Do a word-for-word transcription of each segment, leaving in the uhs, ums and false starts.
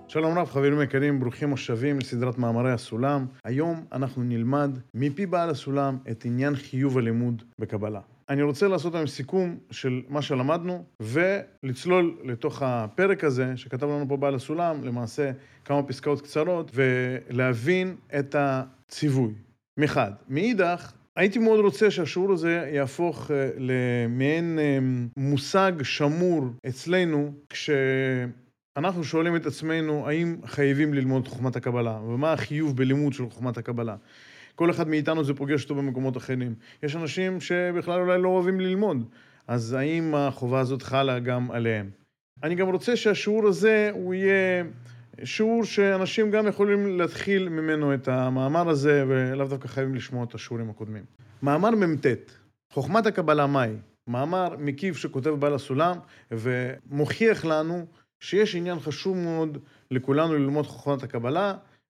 שלום רב, חברים יקרים, ברוכים השבים לסדרת מאמרי הסולם. היום אנחנו נלמד מפי בעל הסולם את עניין חיוב הלימוד בקבלה. אני רוצה לעשות היום סיכום של מה שלמדנו ולצלול לתוך הפרק הזה שכתב לנו פה בעל הסולם, למעשה כמה פסקאות קצרות, ולהבין את הציווי. מחד. מאידך, הייתי מאוד רוצה שהשיעור הזה יהפוך למעין מושג שמור אצלנו כש... אנחנו שואלים את עצמנו האם חייבים ללמוד חוכמת הקבלה, ומה החיוב בלימוד של חוכמת הקבלה. כל אחד מאיתנו זה פוגש אותו במקומות אחרים. יש אנשים שבכלל אולי לא אוהבים ללמוד, אז האם החובה הזאת חלה גם עליהם? אני גם רוצה שהשיעור הזה הוא יהיה שיעור שאנשים גם יכולים להתחיל ממנו את המאמר הזה, ולאו דווקא חייבים לשמוע את השיעורים הקודמים. מאמר ממתת, חוכמת הקבלה מהי? מאמר מקיף שכותב בעל הסולם, ומוכיח לנו שיש עניין חשוב מאוד לכולנו ללמוד חוכמת הקבלה,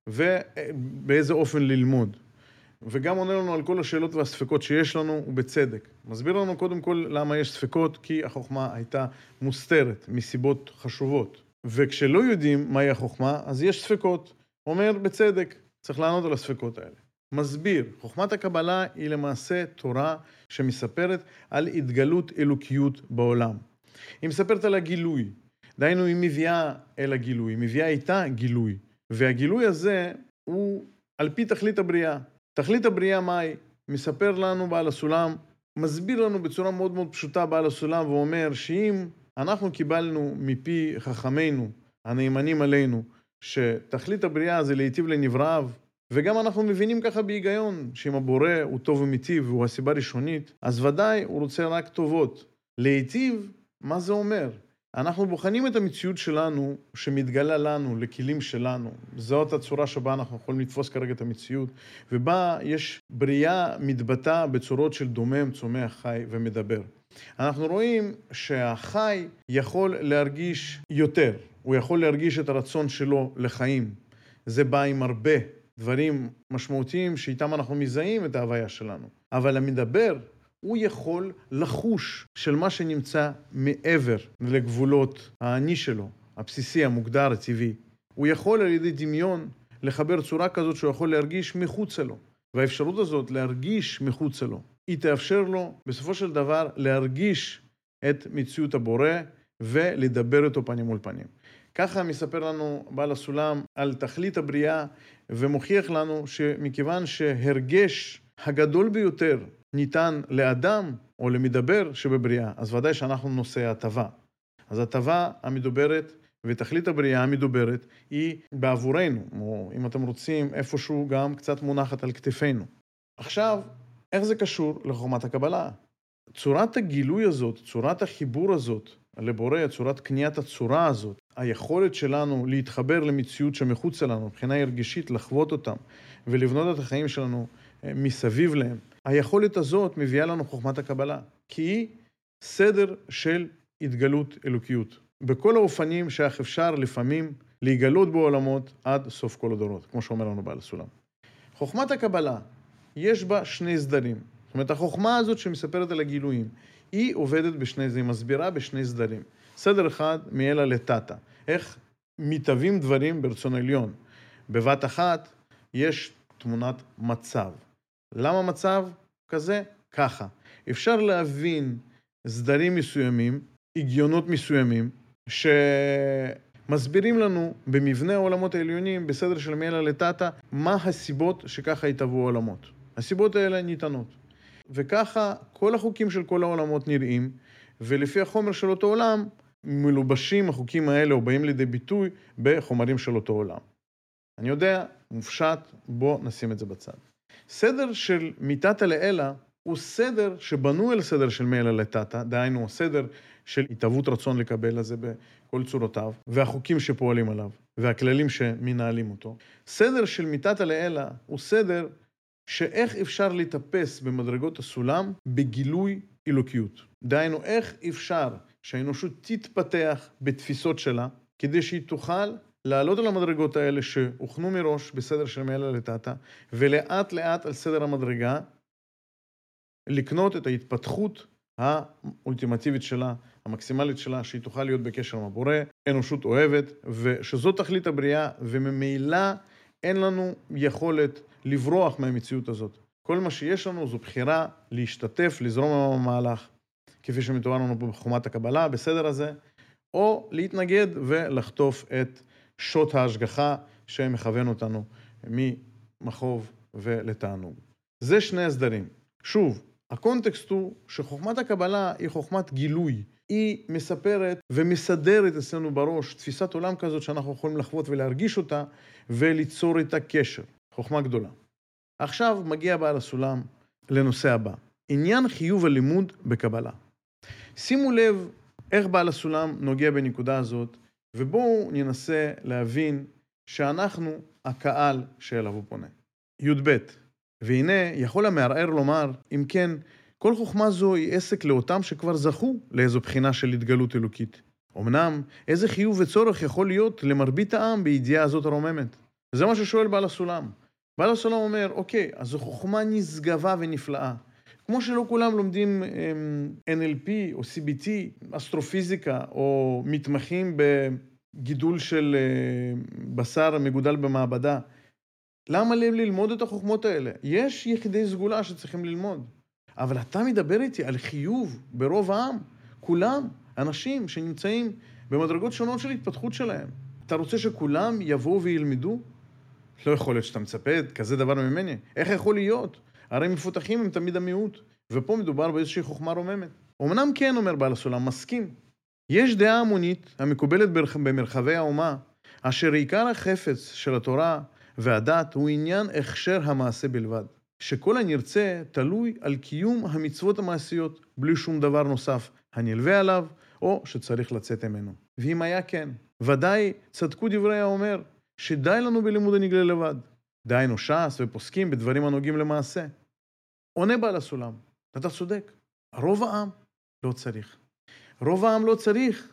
ובאיזה אופן ללמוד. וגם עונה לנו על כל השאלות והספקות שיש לנו, ובצדק. מסביר לנו קודם כל למה יש ספקות, כי החוכמה הייתה מוסתרת מסיבות חשובות. וכשלא יודעים מהי החוכמה, אז יש ספקות. אומר בצדק, צריך לענות על הספקות האלה. מסביר, חוכמת הקבלה היא למעשה תורה שמספרת על התגלות אלוקיות בעולם. היא מספרת על הגילוי. דהיינו, היא מביאה אל הגילוי, היא מביאה איתה גילוי. והגילוי הזה הוא על פי תכלית הבריאה. תכלית הבריאה מהי? מספר לנו בעל הסולם, מסביר לנו בצורה מאוד מאוד פשוטה בעל הסולם, ואומר שאם אנחנו קיבלנו מפי חכמינו, הנאמנים עלינו, שתכלית הבריאה זה להיטיב לנבראיו, וגם אנחנו מבינים ככה בהיגיון, שאם הבורא הוא טוב ומיטיב והוא הסיבה ראשונית, אז ודאי הוא רוצה רק טובות. להיטיב, מה זה אומר? אנחנו בוחנים את המציאות שלנו, שמתגלה לנו, לכלים שלנו. זאת הצורה שבה אנחנו יכולים לתפוס כרגע את המציאות, ובה יש בריאה מתבטאה בצורות של דומם, צומח, חי ומדבר. אנחנו רואים שהחי יכול להרגיש יותר, הוא יכול להרגיש את הרצון שלו לחיים. זה בא עם הרבה דברים משמעותיים שאיתם אנחנו מזהים את ההוויה שלנו. אבל המדבר, הוא יכול לחוש של מה שנמצא מעבר לגבולות האני שלו, הבסיסי, המוגדר, הטבעי. הוא יכול על ידי דמיון לחבר צורה כזאת שהוא יכול להרגיש מחוץ לו. והאפשרות הזאת להרגיש מחוץ לו, היא תאפשר לו בסופו של דבר להרגיש את מציאות הבורא ולדבר אותו פנים מול פנים. ככה מספר לנו בעל הסולם על תכלית הבריאה, ומוכיח לנו שמכיוון שהרגש הגדול ביותר ניתן לאדם או למדבר שבבריאה, אז ודאי שאנחנו נושא הטבה. אז הטבה המדוברת ותכלית הבריאה המדוברת היא בעבורנו, או אם אתם רוצים איפשהו גם קצת מונחת על כתפינו. עכשיו, איך זה קשור לחוכמת הקבלה? צורת הגילוי הזאת, צורת החיבור הזאת לבורא, צורת קניית הצורה הזאת, היכולת שלנו להתחבר למציאות שמחוץ לנו, מבחינה הרגשית, לחוות אותם ולבנות את החיים שלנו מסביב להם. היכולת הזאת מביאה לנו חוכמת הקבלה, כי היא סדר של התגלות אלוקיות. בכל האופנים שאך אפשר לפעמים להיגלות בעולמות עד סוף כל הדורות, כמו שאומר לנו בעל הסולם. חוכמת הקבלה, יש בה שני סדרים. זאת אומרת, החוכמה הזאת שמספרת על הגילויים, היא עובדת בשני, זה מסבירה בשני סדרים. סדר אחד מאלה לטאטה. איך מתהווים דברים ברצון עליון. בבת אחת יש תמונת מצב. למה מצב כזה? ככה. אפשר להבין סדרים מסוימים, הגיונות מסוימים, שמסבירים לנו במבנה העולמות העליונים, בסדר של מעלה לטאטה, מה הסיבות שככה יתהוו העולמות. הסיבות האלה ניתנות. וככה כל החוקים של כל העולמות נראים, ולפי החומר של אותו עולם, מלובשים החוקים האלה או באים לידי ביטוי בחומרים של אותו עולם. אני יודע, מופשט, בוא נשים את זה בצד. סדר של מיתתא לאלה הוא סדר שבנו אל סדר של מעלה לטאטה, דהיינו הסדר של התהוות רצון לקבל הזה בכל צורותיו, והחוקים שפועלים עליו, והכללים שמנהלים אותו. סדר של מיתתא לאלה הוא סדר שאיך אפשר לטפס במדרגות הסולם בגילוי אלוקיות. דהיינו, איך אפשר שהאנושות תתפתח בתפיסות שלה, כדי שהיא תוכל לעלות על המדרגות האלה שהוכנו מראש בסדר של מעלה לטאטה, ולאט לאט על סדר המדרגה, לקנות את ההתפתחות האולטימטיבית שלה, המקסימלית שלה, שהיא תוכל להיות בקשר עם הבורא, אנושות אוהבת, ושזאת תכלית הבריאה, וממילא אין לנו יכולת לברוח מהמציאות הזאת. כל מה שיש לנו זו בחירה להשתתף, לזרום במהלך, כפי שמתואר לנו פה בחומת הקבלה, בסדר הזה, או להתנגד ולחטוף את שוט ההשגחה שמכוון אותנו ממחוב ולתענוג. זה שני הסדרים. שוב, הקונטקסט הוא שחוכמת הקבלה היא חוכמת גילוי. היא מספרת ומסדרת אצלנו בראש תפיסת עולם כזאת שאנחנו יכולים לחוות ולהרגיש אותה וליצור איתה קשר. חוכמה גדולה. עכשיו מגיע בעל הסולם לנושא הבא. עניין חיוב הלימוד בקבלה. שימו לב איך בעל הסולם נוגע בנקודה הזאת, ובואו ננסה להבין שאנחנו הקהל שאליו הוא פונה. י"ב. והנה יכול המערער לומר, אם כן, כל חוכמה זו היא עסק לאותם שכבר זכו לאיזו בחינה של התגלות אלוקית. אמנם, איזה חיוב וצורך יכול להיות למרבית העם בידיעה הזאת הרוממת? זה מה ששואל בעל הסולם. בעל הסולם אומר, אוקיי, אז זו חוכמה נשגבה ונפלאה. כמו שלא כולם לומדים אן אל פי או סי בי טי, אסטרופיזיקה, או מתמחים בגידול של בשר מגודל במעבדה. למה להם ללמוד את החוכמות האלה? יש יחידי סגולה שצריכים ללמוד. אבל אתה מדבר איתי על חיוב ברוב העם. כולם, אנשים שנמצאים במדרגות שונות של התפתחות שלהם. אתה רוצה שכולם יבואו וילמדו? לא יכול להיות שאתה מצפה כזה דבר ממני. איך יכול להיות? הרי מפותחים הם תמיד המיעוט. ופה מדובר באיזושהי חוכמה רוממת. אמנם כן, אומר בעל הסולם, מסכים. יש דעה המונית המקובלת במרחבי האומה, אשר עיקר החפץ של התורה והדת הוא עניין הכשר המעשה בלבד. שכל הנרצה תלוי על קיום המצוות המעשיות, בלי שום דבר נוסף הנלווה עליו, או שצריך לצאת ממנו. ואם היה כן, ודאי צדקו דברי האומר, שדי לנו בלימוד הנגלה לבד. דהיינו ש"ס ופוסקים בדברים הנוגעים למעשה. עונה בעל הסולם, אתה צודק, רוב העם לא צריך. רוב העם לא צריך,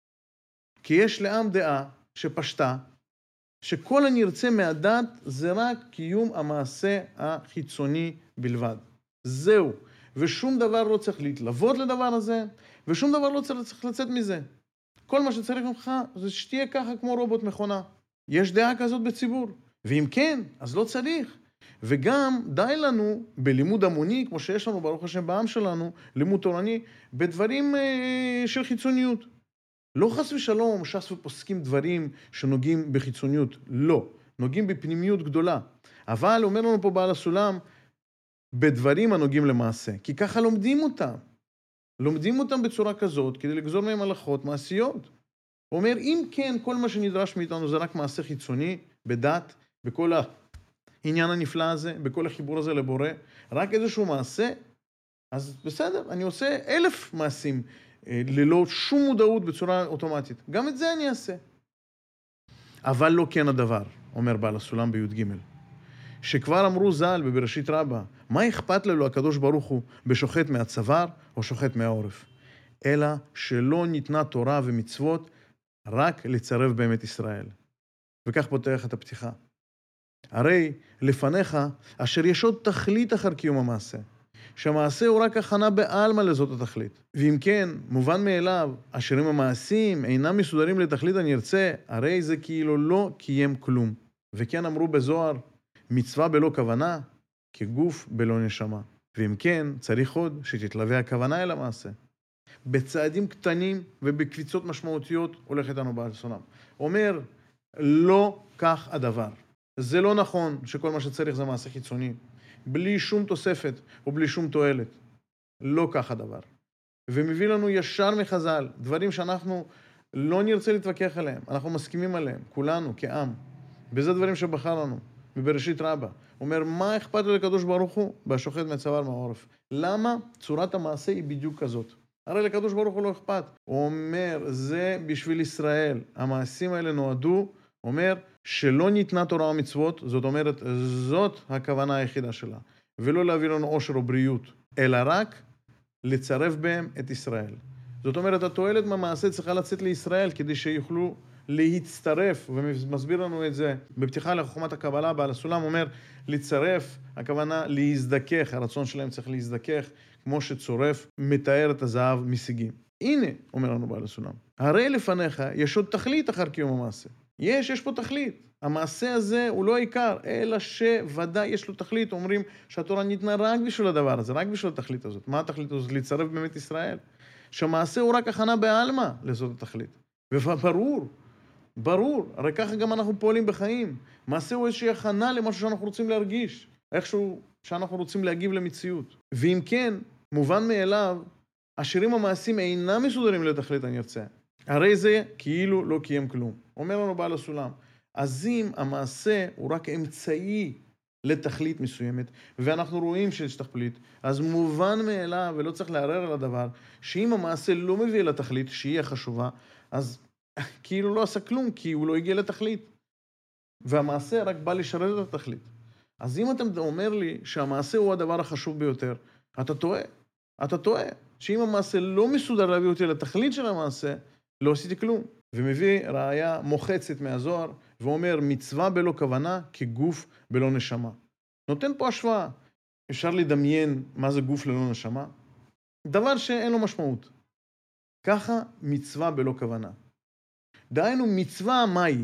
כי יש לעם דעה שפשטה, שכל הנרצה מהדת זה רק קיום המעשה החיצוני בלבד. זהו. ושום דבר לא צריך להתלוות לדבר הזה, ושום דבר לא צריך לצאת מזה. כל מה שצריך ממך זה שתהיה ככה כמו רובוט מכונה. יש דעה כזאת בציבור. ואם כן, אז לא צריך. וגם די לנו בלימוד המוני, כמו שיש לנו ברוך השם בעם שלנו, לימוד תורני, בדברים אה, של חיצוניות. לא חס ושלום, ש"ס ופוסקים דברים שנוגעים בחיצוניות. לא. נוגעים בפנימיות גדולה. אבל אומר לנו פה בעל הסולם, בדברים הנוגעים למעשה. כי ככה לומדים אותם. לומדים אותם בצורה כזאת, כדי לגזור מהם הלכות מעשיות. הוא אומר, אם כן, כל מה שנדרש מאיתנו זה רק מעשה חיצוני, בדת, בכל העניין הנפלא הזה, בכל החיבור הזה לבורא, רק איזשהו מעשה, אז בסדר, אני עושה אלף מעשים, ללא שום מודעות בצורה אוטומטית. גם את זה אני אעשה. אבל לא כן הדבר, אומר בעל הסולם בי"ג. שכבר אמרו ז"ל בבראשית רבה, מה אכפת לו הקדוש ברוך הוא בשוחט מהצוואר או שוחט מהעורף? אלא שלא ניתנה תורה ומצוות רק לצרב באמת ישראל. וכך פותח את הפתיחה. הרי לפניך אשר יש עוד תכלית אחר קיום המעשה. שהמעשה הוא רק הכנה בעלמא לזאת התכלית. ואם כן, מובן מאליו, אשר אם המעשים אינם מסודרים לתכלית הנרצה, הרי זה כאילו לא קיים כלום. וכן אמרו בזוהר, מצווה בלא כוונה, כגוף בלא נשמה. ואם כן, צריך עוד שתתלווה הכוונה אל המעשה. בצעדים קטנים ובקפיצות משמעותיות הולך איתנו בעל הסולם. אומר, לא כך הדבר. זה לא נכון שכל מה שצריך זה מעשה חיצוני. בלי שום תוספת או בלי שום תועלת. לא כך הדבר. ומביא לנו ישר מחז"ל, דברים שאנחנו לא נרצה להתווכח עליהם. אנחנו מסכימים עליהם, כולנו, כעם. וזה דברים שבחר לנו, בבראשית רבה. אומר, מה אכפת לו לקדוש ברוך הוא? בשוחט מהצוואר מהעורף. למה? צורת המעשה היא בדיוק כזאת. הרי לקדוש ברוך הוא לא אכפת. הוא אומר, זה בשביל ישראל. המעשים האלה נועדו, אומר, שלא ניתנה תורה ומצוות, זאת אומרת, זאת הכוונה היחידה שלה. ולא להביא לנו עושר או בריאות, אלא רק לצרף בהם את ישראל. זאת אומרת, התועלת מהמעשה צריכה לצאת לישראל, כדי שיוכלו להצטרף, ומסביר לנו את זה בפתיחה לחוכמת הקבלה, בעל הסולם אומר, לצרף, הכוונה להזדכך, הרצון שלהם צריך להזדכך, כמו שצורף מתאר את הזהב משיגים. הנה, אומר לנו בעל הסולם, הרי לפניך יש עוד תכלית אחר קיום המעשה. יש, יש פה תכלית. המעשה הזה הוא לא העיקר, אלא שוודאי יש לו תכלית. אומרים שהתורה ניתנה רק בשביל הדבר הזה, רק בשביל התכלית הזאת. מה התכלית הזאת? להצטרף באמת ישראל. שהמעשה הוא רק הכנה בעלמא לזאת התכלית. וברור, ברור, הרי ככה גם אנחנו פועלים בחיים. מעשה הוא איזושהי הכנה למשהו שאנחנו רוצים להרגיש, איכשהו שאנחנו רוצים להגיב למציאות. ואם כן, מובן מאליו, השירים המעשים אינם מסודרים לתכלית הנרצה. הרי זה כאילו לא קיים כלום. אומר לנו בעל הסולם, אז אם המעשה הוא רק אמצעי לתכלית מסוימת, ואנחנו רואים שיש תכלית, אז מובן מאליו, ולא צריך לערער על הדבר, שאם המעשה לא מביא לתכלית, שהיא החשובה, אז כאילו לא עשה כלום, כי הוא לא הגיע לתכלית. והמעשה רק בא לשרת את התכלית. אז אם אתה אומר לי שהמעשה הוא הדבר החשוב ביותר, אתה טועה. אתה טועה. שאם המעשה לא מסודר להביא אותי לתכלית של המעשה, לא עשיתי כלום. ומביא ראיה מוחצת מהזוהר, ואומר מצווה בלא כוונה כגוף בלא נשמה. נותן פה השוואה. אפשר לדמיין מה זה גוף ללא נשמה? דבר שאין לו משמעות. ככה מצווה בלא כוונה. דהיינו מצווה מהי?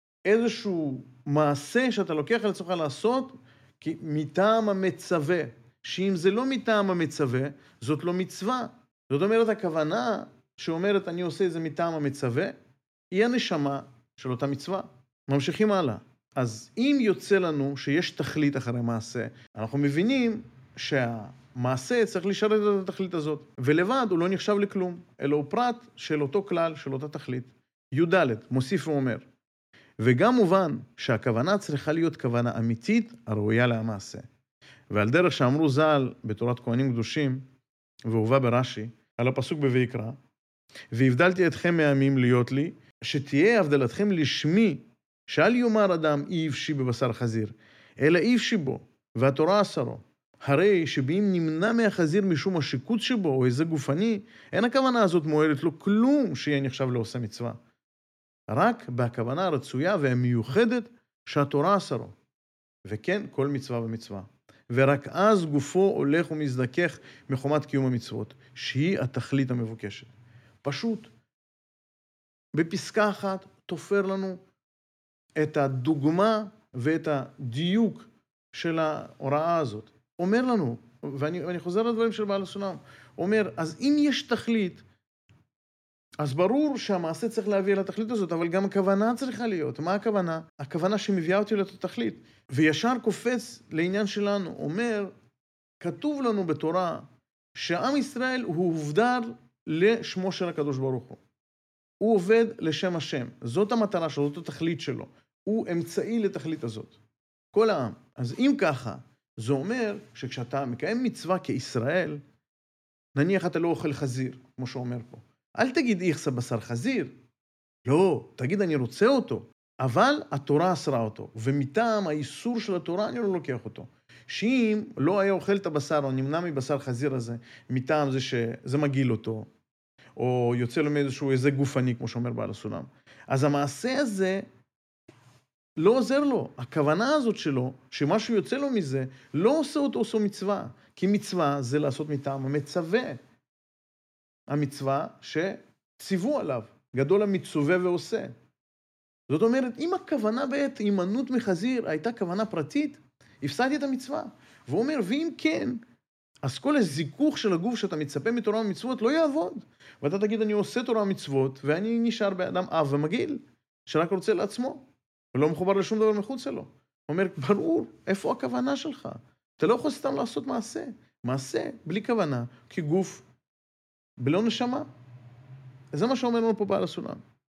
איזשהו מעשה שאתה לוקח על עצמך לעשות מטעם המצווה. שאם זה לא מטעם המצווה, זאת לא מצווה. זאת אומרת, הכוונה שאומרת אני עושה את זה מטעם המצווה, היא הנשמה של אותה מצווה. ממשיכים הלאה. אז אם יוצא לנו שיש תכלית אחרי המעשה, אנחנו מבינים שהמעשה צריך לשרת את התכלית הזאת, ולבד הוא לא נחשב לכלום, אלא הוא פרט של אותו כלל, של אותה תכלית. י"ד, מוסיף ואומר, וגם מובן שהכוונה צריכה להיות כוונה אמיתית הראויה למעשה. ועל דרך שאמרו ז"ל בתורת כהנים קדושים, והובא ברש"י, על הפסוק בויקרא, והבדלתי אתכם מעמים להיות לי, שתהיה הבדלתכם לשמי, שאל יאמר אדם אי אפשי בבשר חזיר, אלא אי אפשי בו, והתורה אסרו. הרי שבאם נמנע מהחזיר משום השיקוץ שבו, או איזה גופני, אין הכוונה הזאת מועלת לו כלום שיהיה נחשב לעושה מצווה. רק בהכוונה הרצויה והמיוחדת שהתורה אסרו. וכן, כל מצווה ומצווה. ורק אז גופו הולך ומזדכך מחומת קיום המצוות, שהיא התכלית המבוקשת. פשוט, בפסקה אחת תופר לנו את הדוגמה ואת הדיוק של ההוראה הזאת. אומר לנו, ואני, ואני חוזר לדברים של בעל הסולם, אומר, אז אם יש תכלית, אז ברור שהמעשה צריך להביא לתכלית הזאת, אבל גם הכוונה צריכה להיות. מה הכוונה? הכוונה שמביאה אותי לתכלית. וישר קופץ לעניין שלנו, אומר, כתוב לנו בתורה, שעם ישראל הוא הובדר לשמו של הקדוש ברוך הוא. הוא עובד לשם השם. זאת המטרה שלו, זאת התכלית שלו. הוא אמצעי לתכלית הזאת. כל העם. אז אם ככה, זה אומר שכשאתה מקיים מצווה כישראל, נניח אתה לא אוכל חזיר, כמו שאומר פה. אל תגיד איכסה בשר חזיר. לא, תגיד אני רוצה אותו. אבל התורה אסרה אותו. ומטעם האיסור של התורה אני לא לוקח אותו. שאם לא היה אוכל את הבשר או נמנע מבשר חזיר הזה, מטעם זה שזה מגיל אותו, או יוצא לו מאיזשהו איזה גופני, כמו שאומר בעל הסולם. אז המעשה הזה לא עוזר לו. הכוונה הזאת שלו, שמשהו יוצא לו מזה, לא עושה אותו עושה מצווה. כי מצווה זה לעשות מטעם המצווה. המצווה שציוו עליו. גדול המצווה ועושה. זאת אומרת, אם הכוונה בעת הימנעות מחזיר הייתה כוונה פרטית, הפסדתי את המצווה. והוא אומר, ואם כן, אז כל הזיכוך של הגוף שאתה מצפה מתורה ומצוות לא יעבוד. ואתה תגיד, אני עושה תורה ומצוות, ואני נשאר באדם אב ומגיל, שרק רוצה לעצמו, ולא מחובר לשום דבר מחוץ לו. הוא אומר, ברור, איפה הכוונה שלך? אתה לא יכול סתם לעשות מעשה. מעשה בלי כוונה, כגוף, בלא נשמה. זה מה שאומר לנו פה בעל הסולם.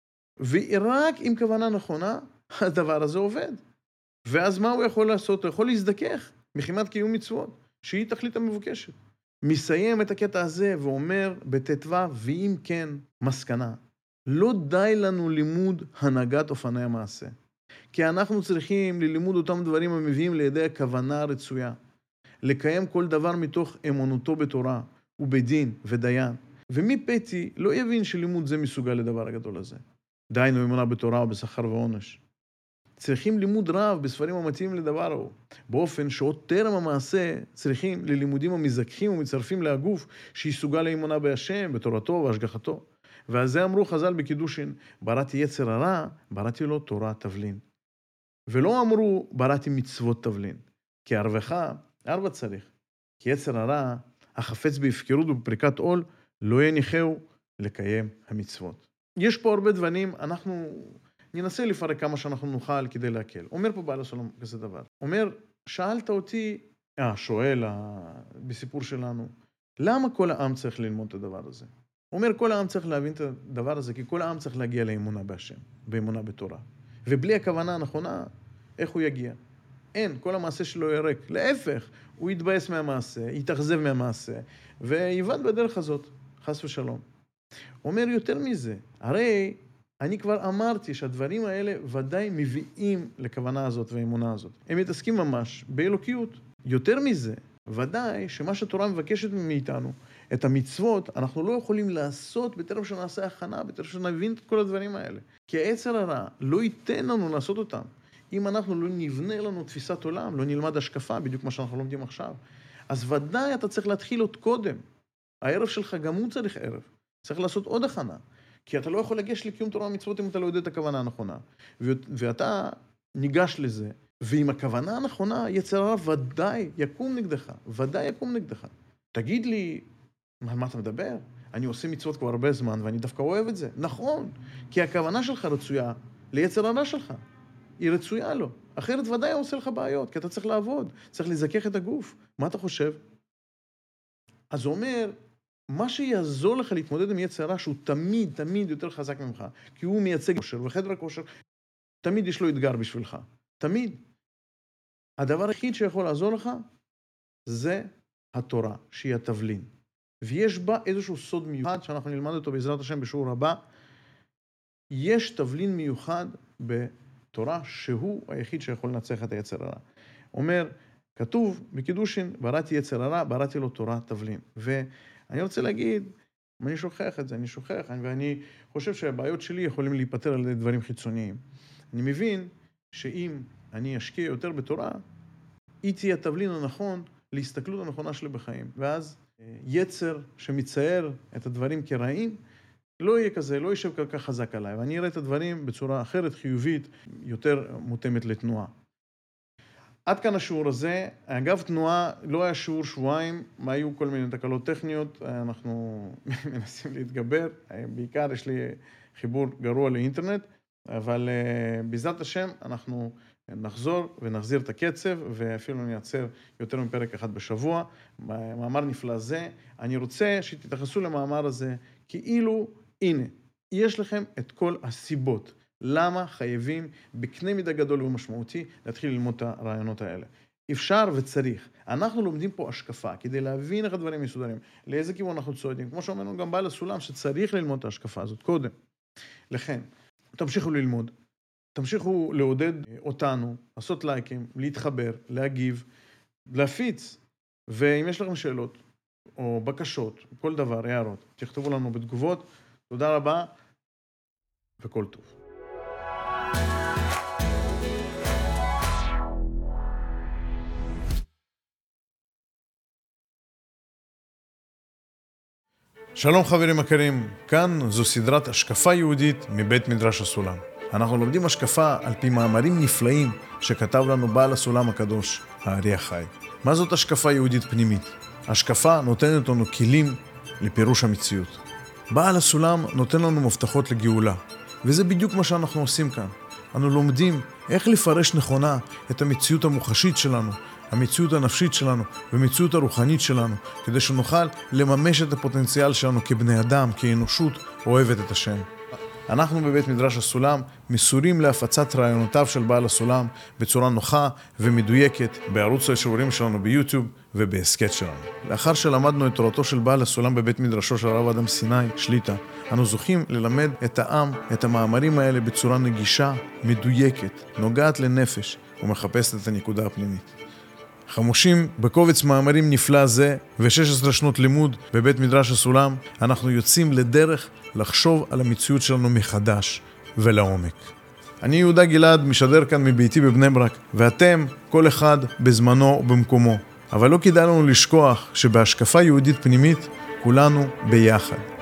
ורק עם כוונה נכונה, הדבר הזה עובד. ואז מה הוא יכול לעשות? הוא יכול להזדכך מחימת קיום מצוות, שהיא תכלית המבוקשת. מסיים את הקטע הזה ואומר בתתווה, ואם כן, מסקנה. לא די לנו לימוד הנהגת אופני המעשה. כי אנחנו צריכים ללימוד אותם דברים המביאים לידי הכוונה הרצויה. לקיים כל דבר מתוך אמונותו בתורה, ובדין ודיין. ומי פתי לא יבין שלימוד זה מסוגל לדבר הגדול הזה. דיינו אמונה בתורה ובשכר ועונש. צריכים לימוד רב בספרים המתאימים לדבר ההוא, באופן שעוד טרם המעשה צריכים ללימודים המזכחים ומצרפים להגוף שיסוגל לאמונה בהשם, בתורתו והשגחתו. ועל זה אמרו חז"ל בקידושין, בראתי יצר הרע, בראתי לו תורה תבלין. ולא אמרו בראתי מצוות תבלין, כי ערבך, ערבה צריך, כי יצר הרע, החפץ בהפקרות ובפריקת עול, לא יניחהו לקיים המצוות. יש פה הרבה דברים, אנחנו ננסה לפרק כמה שאנחנו נוכל כדי להקל. אומר פה בעל הסולם כזה דבר. אומר, שאלת אותי, אה, שואל בסיפור שלנו, למה כל העם צריך ללמוד את הדבר הזה? אומר, כל העם צריך להבין את הדבר הזה, כי כל העם צריך להגיע לאמונה בהשם, באמונה בתורה. ובלי הכוונה הנכונה, איך הוא יגיע? אין, כל המעשה שלו ירק. להפך, הוא יתבאס מהמעשה, יתאכזב מהמעשה, ויבד בדרך הזאת, חס ושלום. אומר יותר מזה, הרי אני כבר אמרתי שהדברים האלה ודאי מביאים לכוונה הזאת והאמונה הזאת. הם מתעסקים ממש באלוקיות. יותר מזה, ודאי שמה שהתורה מבקשת מאיתנו, את המצוות, אנחנו לא יכולים לעשות בטרם שנעשה הכנה, בטרם שנבין את כל הדברים האלה. כי היצר הרע לא ייתן לנו לעשות אותם. אם אנחנו לא נבנה לנו תפיסת עולם, לא נלמד השקפה, בדיוק מה שאנחנו לומדים עכשיו, אז ודאי אתה צריך להתחיל עוד קודם. הערב שלך גם הוא צריך ערב. צריך לעשות עוד הכנה. כי אתה לא יכול לגש לקיום תורה ומצוות אם אתה לא יודע את הכוונה הנכונה. ואתה ניגש לזה, ועם הכוונה הנכונה, יצר הרע ודאי יקום נגדך. ודאי יקום נגדך. תגיד לי, על מה אתה מדבר? אני עושה מצוות כבר הרבה זמן, ואני דווקא אוהב את זה. נכון, כי הכוונה שלך רצויה ליצר הרע שלך. היא רצויה לו. אחרת ודאי הוא עושה לך בעיות, כי אתה צריך לעבוד, צריך לזכך את הגוף. מה אתה חושב? אז הוא אומר, מה שיעזור לך להתמודד עם יצר הרע, שהוא תמיד, תמיד יותר חזק ממך, כי הוא מייצג כושר, וחדר הכושר, תמיד יש לו אתגר בשבילך. תמיד. הדבר היחיד שיכול לעזור לך, זה התורה, שהיא התבלין. ויש בה איזשהו סוד מיוחד, שאנחנו נלמד אותו בעזרת השם בשיעור הבא. יש תבלין מיוחד בתורה, שהוא היחיד שיכול לנצח את היצר הרע. אומר, כתוב בקידושין, בראתי יצר הרע, בראתי לו תורה תבלין. ואני רוצה להגיד, אם אני שוכח את זה, אני שוכח, ואני חושב שהבעיות שלי יכולים להיפטר על דברים חיצוניים. אני מבין שאם אני אשקיע יותר בתורה, היא תהיה התבלין הנכון להסתכלות הנכונה שלי בחיים. ואז יצר שמצייר את הדברים כרעים, לא יהיה כזה, לא יישב כל כך חזק עליי, ואני אראה את הדברים בצורה אחרת, חיובית, יותר מותאמת לתנועה. עד כאן השיעור הזה. אגב, תנועה לא היה שיעור שבועיים, היו כל מיני תקלות טכניות, אנחנו מנסים להתגבר, בעיקר יש לי חיבור גרוע לאינטרנט, אבל בעזרת השם אנחנו נחזור ונחזיר את הקצב, ואפילו נייצר יותר מפרק אחד בשבוע. מאמר נפלא זה, אני רוצה שתתייחסו למאמר הזה, כאילו, הנה, יש לכם את כל הסיבות, למה חייבים בקנה מידה גדול ומשמעותי להתחיל ללמוד את הרעיונות האלה. אפשר וצריך. אנחנו לומדים פה השקפה, כדי להבין איך הדברים מסודרים, לאיזה כיוון אנחנו צועדים, כמו שאומרנו גם בעל הסולם, שצריך ללמוד את ההשקפה הזאת קודם. לכן, תמשיכו ללמוד, תמשיכו לעודד אותנו, לעשות לייקים, להתחבר, להגיב, להפיץ, ואם יש לכם שאלות או בקשות, כל דבר, הערות, תכתבו לנו בתגובות. תודה רבה וכל טוב. שלום חברים יקרים, כאן זו סדרת השקפה יהודית מבית מדרש הסולם. אנחנו לומדים השקפה על פי מאמרים נפלאים שכתב לנו בעל הסולם הקדוש, הארי החי. מה זאת השקפה יהודית פנימית? השקפה נותנת לנו כלים לפירוש המציאות. בעל הסולם נותן לנו מפתחות לגאולה, וזה בדיוק מה שאנחנו עושים כאן. אנו לומדים איך לפרש נכונה את המציאות המוחשית שלנו, המציאות הנפשית שלנו והמציאות הרוחנית שלנו, כדי שנוכל לממש את הפוטנציאל שלנו כבני אדם, כאנושות אוהבת את השם. אנחנו בבית מדרש הסולם מסורים להפצת רעיונותיו של בעל הסולם בצורה נוחה ומדויקת בערוץ השיעורים שלנו ביוטיוב ובהסקט שלנו. לאחר שלמדנו את תורתו של בעל הסולם בבית מדרשו של הרב אדם סיני שליטה, אנו זוכים ללמד את העם את המאמרים האלה בצורה נגישה, מדויקת, נוגעת לנפש ומחפשת את הנקודה הפנימית. חמושים בקובץ מאמרים נפלא זה ו-שש עשרה שנות לימוד בבית מדרש הסולם, אנחנו יוצאים לדרך לחשוב על המציאות שלנו מחדש ולעומק. אני יהודה גלעד, משדר כאן מביתי בבני ברק, ואתם, כל אחד בזמנו ובמקומו. אבל לא כדאי לנו לשכוח שבהשקפה יהודית פנימית, כולנו ביחד.